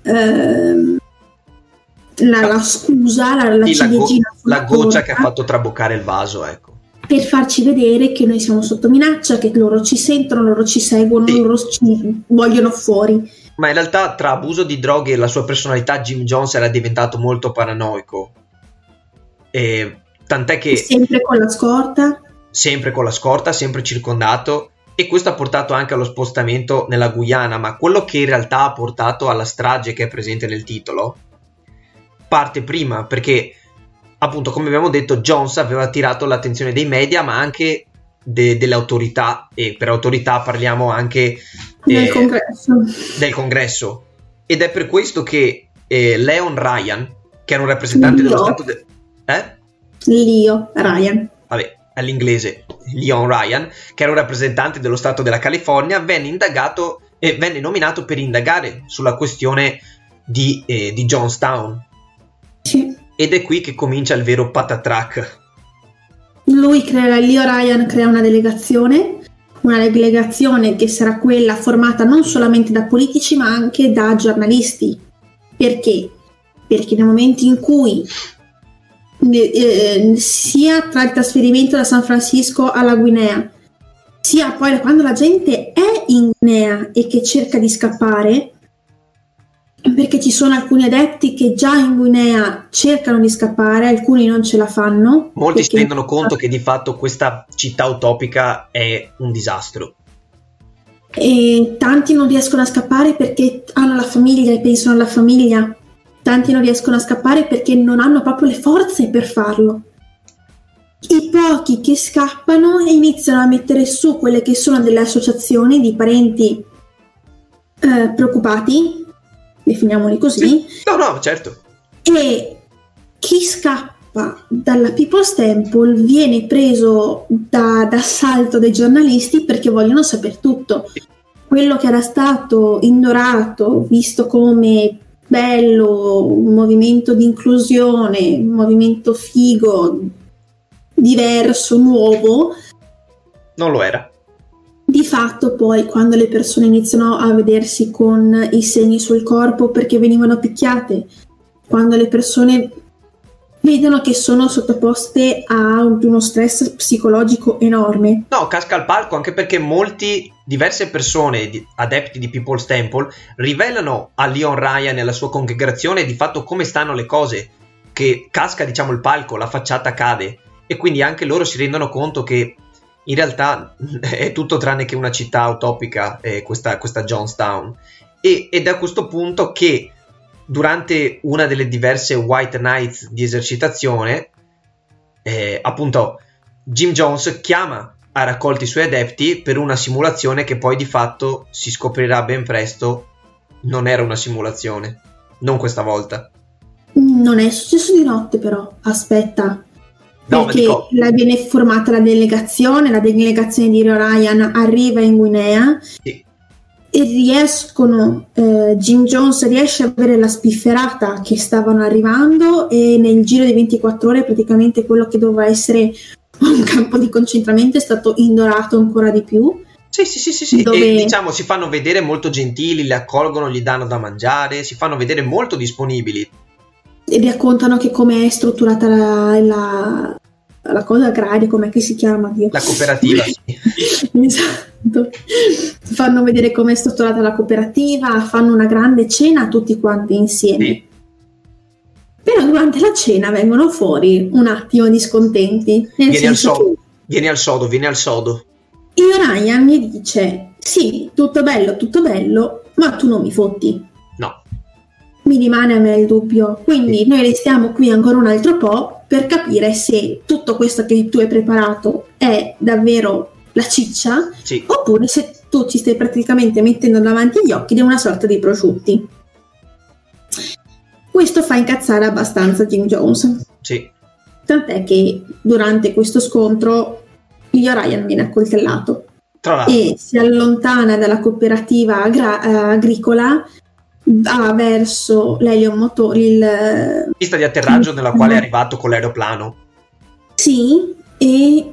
la scusa, la ciliegina la goccia che ha fatto traboccare il vaso, ecco, per farci vedere che noi siamo sotto minaccia, che loro ci sentono, loro ci seguono, sì, loro ci vogliono fuori. Ma in realtà tra abuso di droghe e la sua personalità, Jim Jones era diventato molto paranoico, e tant'è che sempre con la scorta, sempre circondato, e questo ha portato anche allo spostamento nella Guyana. Ma quello che in realtà ha portato alla strage che è presente nel titolo parte prima, perché appunto, come abbiamo detto, Jones aveva attirato l'attenzione dei media, ma anche delle autorità, e per autorità parliamo anche del congresso, ed è per questo che Leon Ryan, che era un rappresentante dello stato Leo Ryan, vabbè, all'inglese Leon Ryan, che era un rappresentante dello stato della California, venne indagato e venne nominato per indagare sulla questione di Johnstown. Sì. Ed è qui che comincia il vero patatrack. Leo Ryan crea una delegazione che sarà quella formata non solamente da politici ma anche da giornalisti. Perché? Perché nel momento in cui sia tra il trasferimento da San Francisco alla Guinea, sia poi quando la gente è in Guinea e che cerca di scappare, perché ci sono alcuni adepti che già in Guinea cercano di scappare, alcuni non ce la fanno. Molti si rendono conto che di fatto questa città utopica è un disastro. E tanti non riescono a scappare perché hanno la famiglia e pensano alla famiglia. Tanti non riescono a scappare perché non hanno proprio le forze per farlo. I pochi che scappano iniziano a mettere su quelle che sono delle associazioni di parenti preoccupati, definiamoli così. Sì. No, certo. E chi scappa dalla People's Temple viene preso d'assalto dai giornalisti perché vogliono sapere tutto. quello che era stato indorato, visto come bello, un movimento di inclusione, un movimento figo, diverso, nuovo, non lo era. Di fatto poi quando le persone iniziano a vedersi con i segni sul corpo perché venivano picchiate, quando le persone vedono che sono sottoposte a uno stress psicologico enorme. No, casca al palco, anche perché diverse persone, adepti di People's Temple, rivelano a Leon Ryan e alla sua congregazione di fatto come stanno le cose, che casca, diciamo, il palco, la facciata cade, e quindi anche loro si rendono conto che in realtà è tutto tranne che una città utopica, questa Jonestown. Ed è a questo punto che durante una delle diverse White Nights di esercitazione, appunto, Jim Jones chiama a raccolti i suoi adepti per una simulazione che poi di fatto si scoprirà ben presto non era una simulazione, non questa volta. Non è successo di notte, però, aspetta. No, perché viene formata la delegazione di Rio Ryan arriva in Guinea, sì, e Jim Jones riesce a avere la spifferata che stavano arrivando, e nel giro di 24 ore praticamente quello che doveva essere un campo di concentramento è stato indorato ancora di più. Sì. Dove... E diciamo si fanno vedere molto gentili, le accolgono, gli danno da mangiare, si fanno vedere molto disponibili. E raccontano che come è strutturata la cosa agraria, com'è che si chiama? La cooperativa, sì. Esatto. Fanno vedere come è strutturata la cooperativa, fanno una grande cena tutti quanti insieme. Sì. Però durante la cena vengono fuori un attimo discontenti. Vieni al sodo. Io Ryan mi dice: sì, tutto bello, ma tu non mi fotti. No. Mi rimane a me il dubbio, quindi noi restiamo qui ancora un altro po' per capire se tutto questo che tu hai preparato è davvero la ciccia, sì, oppure se tu ci stai praticamente mettendo davanti agli occhi di una sorta di prosciutti. Questo fa incazzare abbastanza Jim Jones. Sì. Tant'è che durante questo scontro Leo Ryan viene accoltellato e si allontana dalla cooperativa agricola, va verso l'Helium Motor, pista di atterraggio nella quale è arrivato con l'aeroplano. Sì, e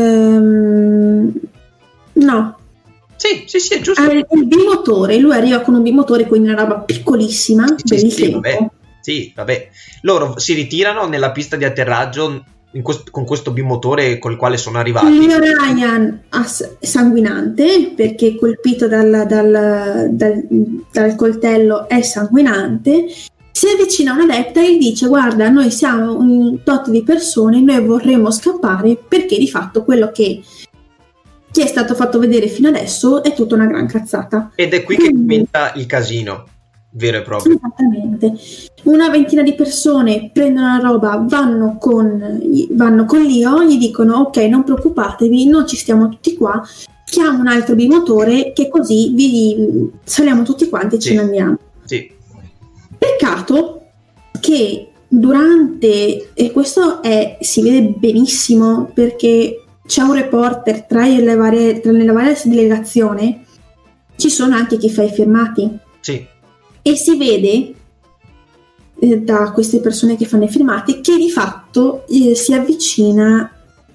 no. Sì, è giusto. Il bimotore, lui arriva con un bimotore, quindi una roba piccolissima, per il tempo. Vabbè. Loro si ritirano nella pista di atterraggio con questo bimotore col quale sono arrivati. Leo Ryan sanguinante, perché colpito dal coltello è sanguinante, si avvicina a un adepta e gli dice: guarda, noi siamo un tot di persone, noi vorremmo scappare perché di fatto quello che ti è stato fatto vedere fino adesso è tutta una gran cazzata. Ed è qui che diventa il casino vero e proprio. Esattamente. Una ventina di persone prendono la roba, vanno con Leo, gli dicono: ok, non preoccupatevi, non ci stiamo tutti qua, chiamo un altro bimotore che così vi saliamo tutti quanti e ce ne andiamo. Sì. Peccato che durante, e questo si vede benissimo perché c'è un reporter tra le varie delegazioni, ci sono anche chi fa i filmati. Sì. E si vede da queste persone che fanno i filmati che di fatto si avvicina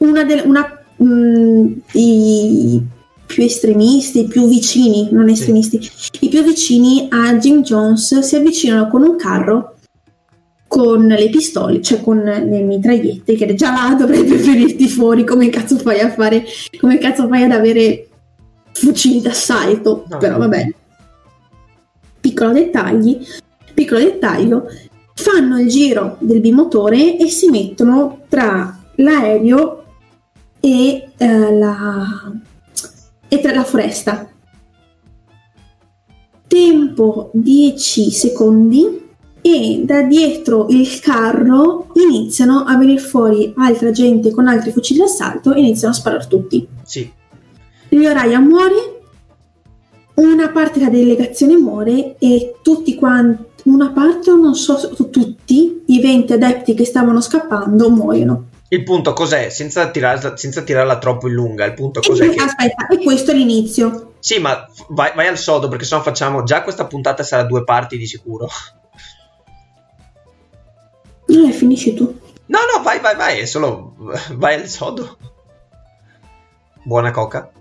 i più estremisti, i più vicini, non estremisti, i più vicini a Jim Jones si avvicinano con un carro con le pistole, cioè con le mitragliette, che già là dovrebbe venirti fuori come cazzo fai ad avere fucili d'assalto, no. Però vabbè. Piccolo dettaglio, fanno il giro del bimotore e si mettono tra l'aereo e la foresta. Tempo 10 secondi e da dietro il carro iniziano a venire fuori altra gente con altri fucili d'assalto e iniziano a sparare tutti. Sì. Leo Ryan muore, una parte della delegazione muore e tutti quanti, una parte o non so, tutti i 20 adepti che stavano scappando muoiono. Il punto cos'è? Senza tirarla troppo in lunga, il punto cos'è? Aspetta, e questo è l'inizio. Sì, ma vai al sodo, perché sennò facciamo... Già questa puntata sarà 2 parti di sicuro. Finisci tu. No, vai, è solo... Vai al sodo. Buona coca.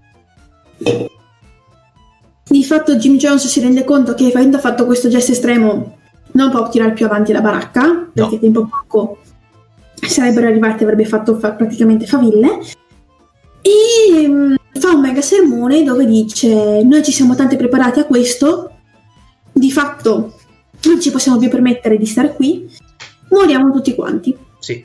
Di fatto Jim Jones si rende conto che avendo fatto questo gesto estremo non può tirare più avanti la baracca, perché tempo poco sarebbero arrivati, avrebbe fatto praticamente faville, e fa un mega sermone dove dice: noi ci siamo tanto preparati a questo, di fatto non ci possiamo più permettere di stare qui, moriamo tutti quanti. Sì.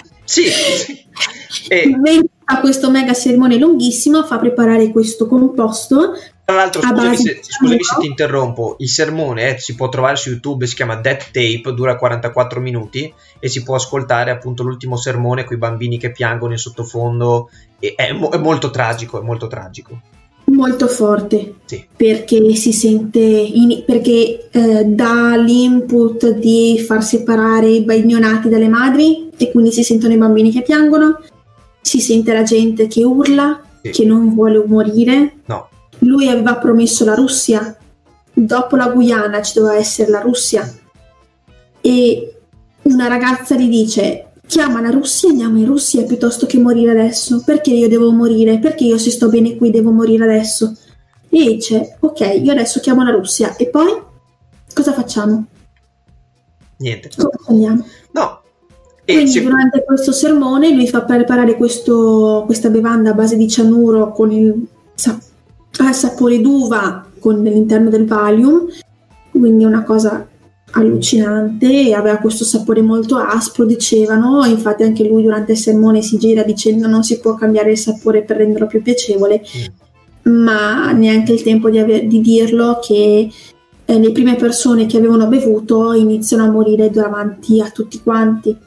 E a questo mega sermone lunghissimo fa preparare questo composto. Tra l'altro, scusami se ti interrompo, il sermone si può trovare su YouTube, si chiama Death Tape, dura 44 minuti e si può ascoltare appunto l'ultimo sermone con i bambini che piangono in sottofondo, e è molto tragico, molto forte, sì. Perché si sente perché dà l'input di far separare i neonati dalle madri, e quindi si sentono i bambini che piangono, si sente la gente che urla, sì, che non vuole morire. No. Lui aveva promesso la Russia, dopo la Guyana ci doveva essere la Russia, e una ragazza gli dice: chiama la Russia, andiamo in Russia piuttosto che morire adesso, perché io devo morire, perché io se sto bene qui devo morire adesso. E dice: ok, io adesso chiamo la Russia, e poi cosa facciamo? Niente. Come andiamo? No. Quindi durante questo sermone lui fa preparare questa bevanda a base di cianuro con il sapore d'uva all'interno del Valium, quindi una cosa allucinante, e aveva questo sapore molto aspro, dicevano, infatti anche lui durante il sermone si gira dicendo non si può cambiare il sapore per renderlo più piacevole, ma neanche il tempo di dirlo che le prime persone che avevano bevuto iniziano a morire davanti a tutti quanti,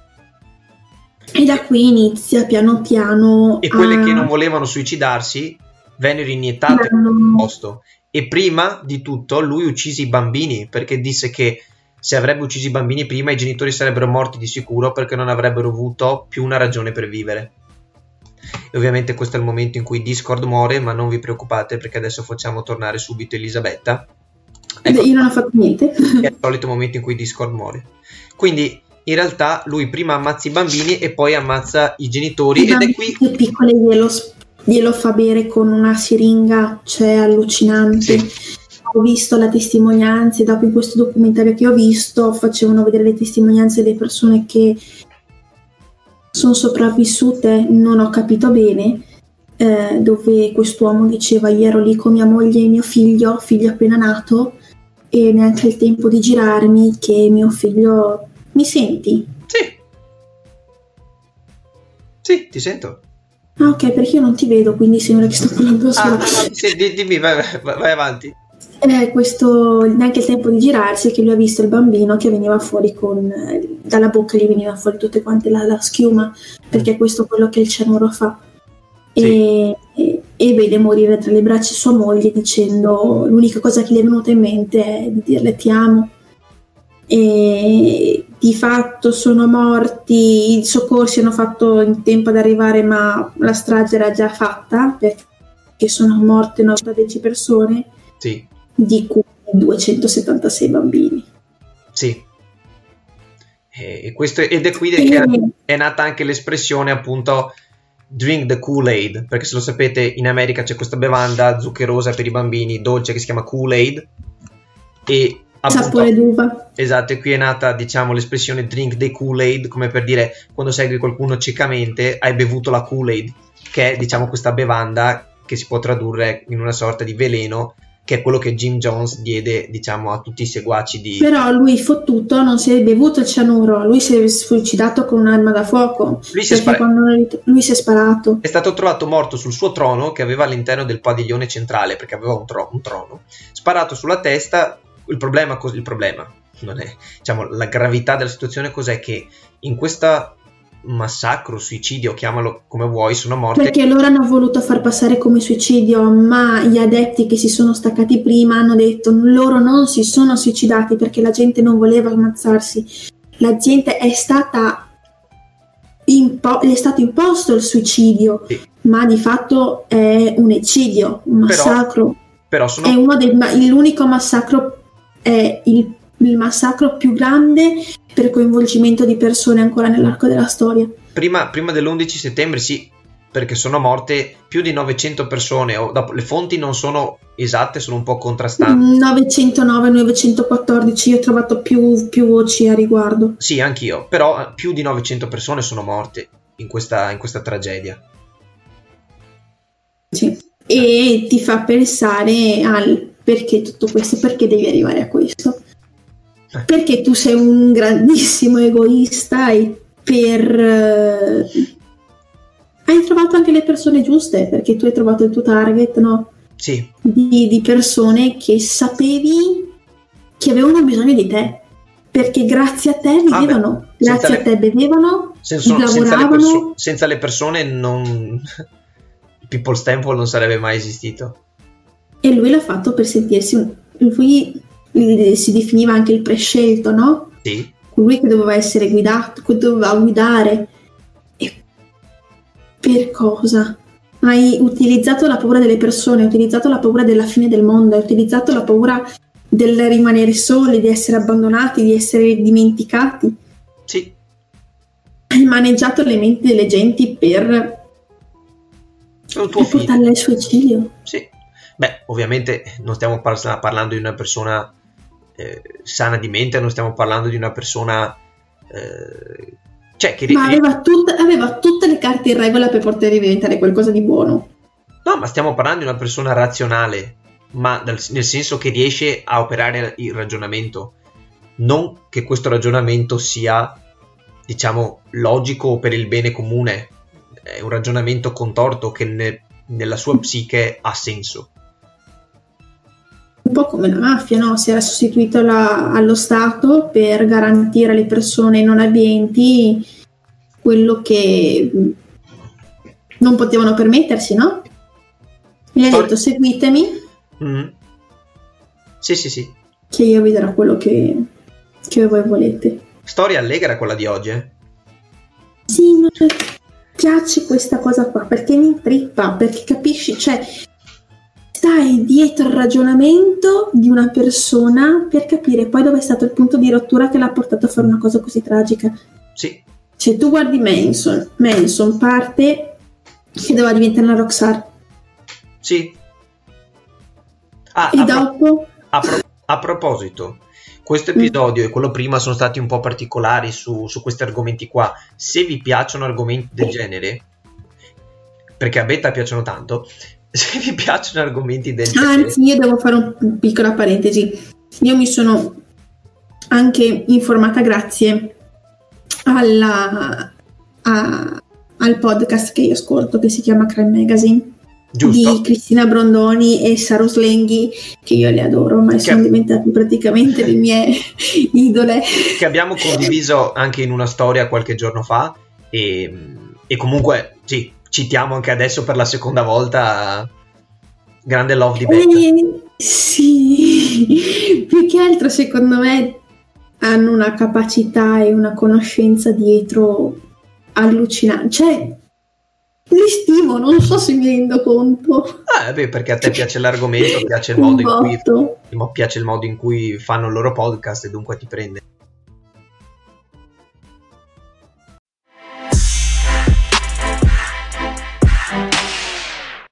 e da qui inizia piano piano. E quelle che non volevano suicidarsi vennero iniettate al posto. E prima di tutto lui uccise i bambini, perché disse che se avrebbe ucciso i bambini prima i genitori sarebbero morti di sicuro, perché non avrebbero avuto più una ragione per vivere. E ovviamente questo è il momento in cui Discord muore, ma non vi preoccupate perché adesso facciamo tornare subito Elisabetta. Ecco, io non ho fatto niente. È il solito momento in cui Discord muore. Quindi in realtà lui prima ammazza i bambini e poi ammazza i genitori, ed è qui più piccoli glielo fa bere con una siringa, cioè allucinante. Sì. Ho visto la testimonianza, dopo in questo documentario che ho visto facevano vedere le testimonianze delle persone che sono sopravvissute, non ho capito bene, dove quest'uomo diceva: io ero lì con mia moglie e mio figlio appena nato, e neanche il tempo di girarmi che mio figlio... Mi senti? Sì, ti sento. Ah, ok, perché io non ti vedo, quindi sembra che sto parlando solo. Sì, dimmi, vai avanti. Questo, neanche il tempo di girarsi, che lui ha visto il bambino che veniva fuori dalla bocca gli veniva fuori tutte quante la schiuma, perché questo è quello che il cianuro fa. Sì. E vede morire tra le braccia sua moglie, dicendo, l'unica cosa che gli è venuta in mente è di dirle ti amo. E di fatto sono morti, i soccorsi hanno fatto in tempo ad arrivare, ma la strage era già fatta, perché sono morte 10 persone, sì, di cui 276 bambini. Sì. Ed è qui che è nata anche l'espressione, appunto, drink the Kool-Aid, perché se lo sapete in America c'è questa bevanda zuccherosa per i bambini, dolce, che si chiama Kool-Aid, e appunto, sapore d'uva. Esatto, e qui è nata, diciamo, l'espressione drink the Kool-Aid, come per dire quando segui qualcuno ciecamente hai bevuto la Kool-Aid, che è, diciamo, questa bevanda che si può tradurre in una sorta di veleno, che è quello che Jim Jones diede, diciamo, a tutti i seguaci di... Però lui fottuto non si è bevuto il cianuro, lui si è suicidato con un'arma da fuoco, lui si è sparato. È stato trovato morto sul suo trono che aveva all'interno del padiglione centrale, perché aveva un trono, sparato sulla testa. Il problema non è, diciamo, la gravità della situazione cos'è, che in questo massacro, suicidio, chiamalo come vuoi, sono morte. Perché loro hanno voluto far passare come suicidio, ma gli adepti che si sono staccati prima hanno detto loro non si sono suicidati perché la gente non voleva ammazzarsi, la gente è stato imposto il suicidio, sì, ma di fatto è un eccidio, un massacro. Però sono... È l'unico massacro, è il massacro più grande per coinvolgimento di persone ancora nell'arco della storia. Prima dell'11 settembre sì, perché sono morte più di 900 persone, le fonti non sono esatte, sono un po' contrastanti. 909, 914, io ho trovato più voci a riguardo. Sì, anch'io, però più di 900 persone sono morte in questa tragedia. Sì, e ti fa pensare al perché tutto questo, perché devi arrivare a questo. Perché tu sei un grandissimo egoista e hai trovato anche le persone giuste, perché tu hai trovato il tuo target, no? Sì. Di persone che sapevi che avevano bisogno di te, perché grazie a te vivevano, grazie a te bevevano, lavoravano. Senza le persone non... People's Temple non sarebbe mai esistito. E lui l'ha fatto per sentirsi lui si definiva anche il prescelto, no? Sì. Colui che doveva essere guidato, che doveva guidare. E per cosa? Hai utilizzato la paura delle persone, hai utilizzato la paura della fine del mondo, hai utilizzato la paura del rimanere soli, di essere abbandonati, di essere dimenticati. Sì. Hai maneggiato le menti delle genti per portarle al suicidio. Sì. Beh, ovviamente non stiamo parlando di una persona sana di mente, non stiamo parlando di una persona ma aveva tutte le carte in regola per poter diventare qualcosa di buono. No, ma stiamo parlando di una persona razionale, ma nel senso che riesce a operare il ragionamento, non che questo ragionamento sia, diciamo, logico per il bene comune. È un ragionamento contorto che nella sua psiche ha senso. Un po' come la mafia, no? Si era sostituito allo Stato per garantire alle persone non abbienti quello che non potevano permettersi, no? Mi ha detto seguitemi. Sì. Che io vi darò quello che voi volete. Storia allegra quella di oggi, eh? Sì, mi piace questa cosa qua perché mi intrippa, perché capisci, cioè stai dietro il ragionamento di una persona per capire poi dove è stato il punto di rottura che l'ha portato a fare una cosa così tragica. Sì. Se tu guardi Manson parte che doveva diventare una rockstar. Sì. E dopo? A proposito, questo episodio e quello prima sono stati un po' particolari su questi argomenti qua. Se vi piacciono argomenti del genere, perché a Betta piacciono tanto, se vi piacciono argomenti del genere... Anzi, io devo fare una piccola parentesi. Io mi sono anche informata grazie al podcast che io ascolto, che si chiama Crime Magazine. Giusto. Di Cristina Brondoni e Saro Slenghi, che io le adoro, ma sono diventate praticamente le mie idole, che abbiamo condiviso anche in una storia qualche giorno fa e comunque sì, citiamo anche adesso per la seconda volta grande love di Betta. Sì, più che altro secondo me hanno una capacità e una conoscenza dietro allucinante, cioè li stimo, non so se mi rendo conto. Perché a te piace l'argomento, piace il modo in cui fanno il loro podcast e dunque ti prende.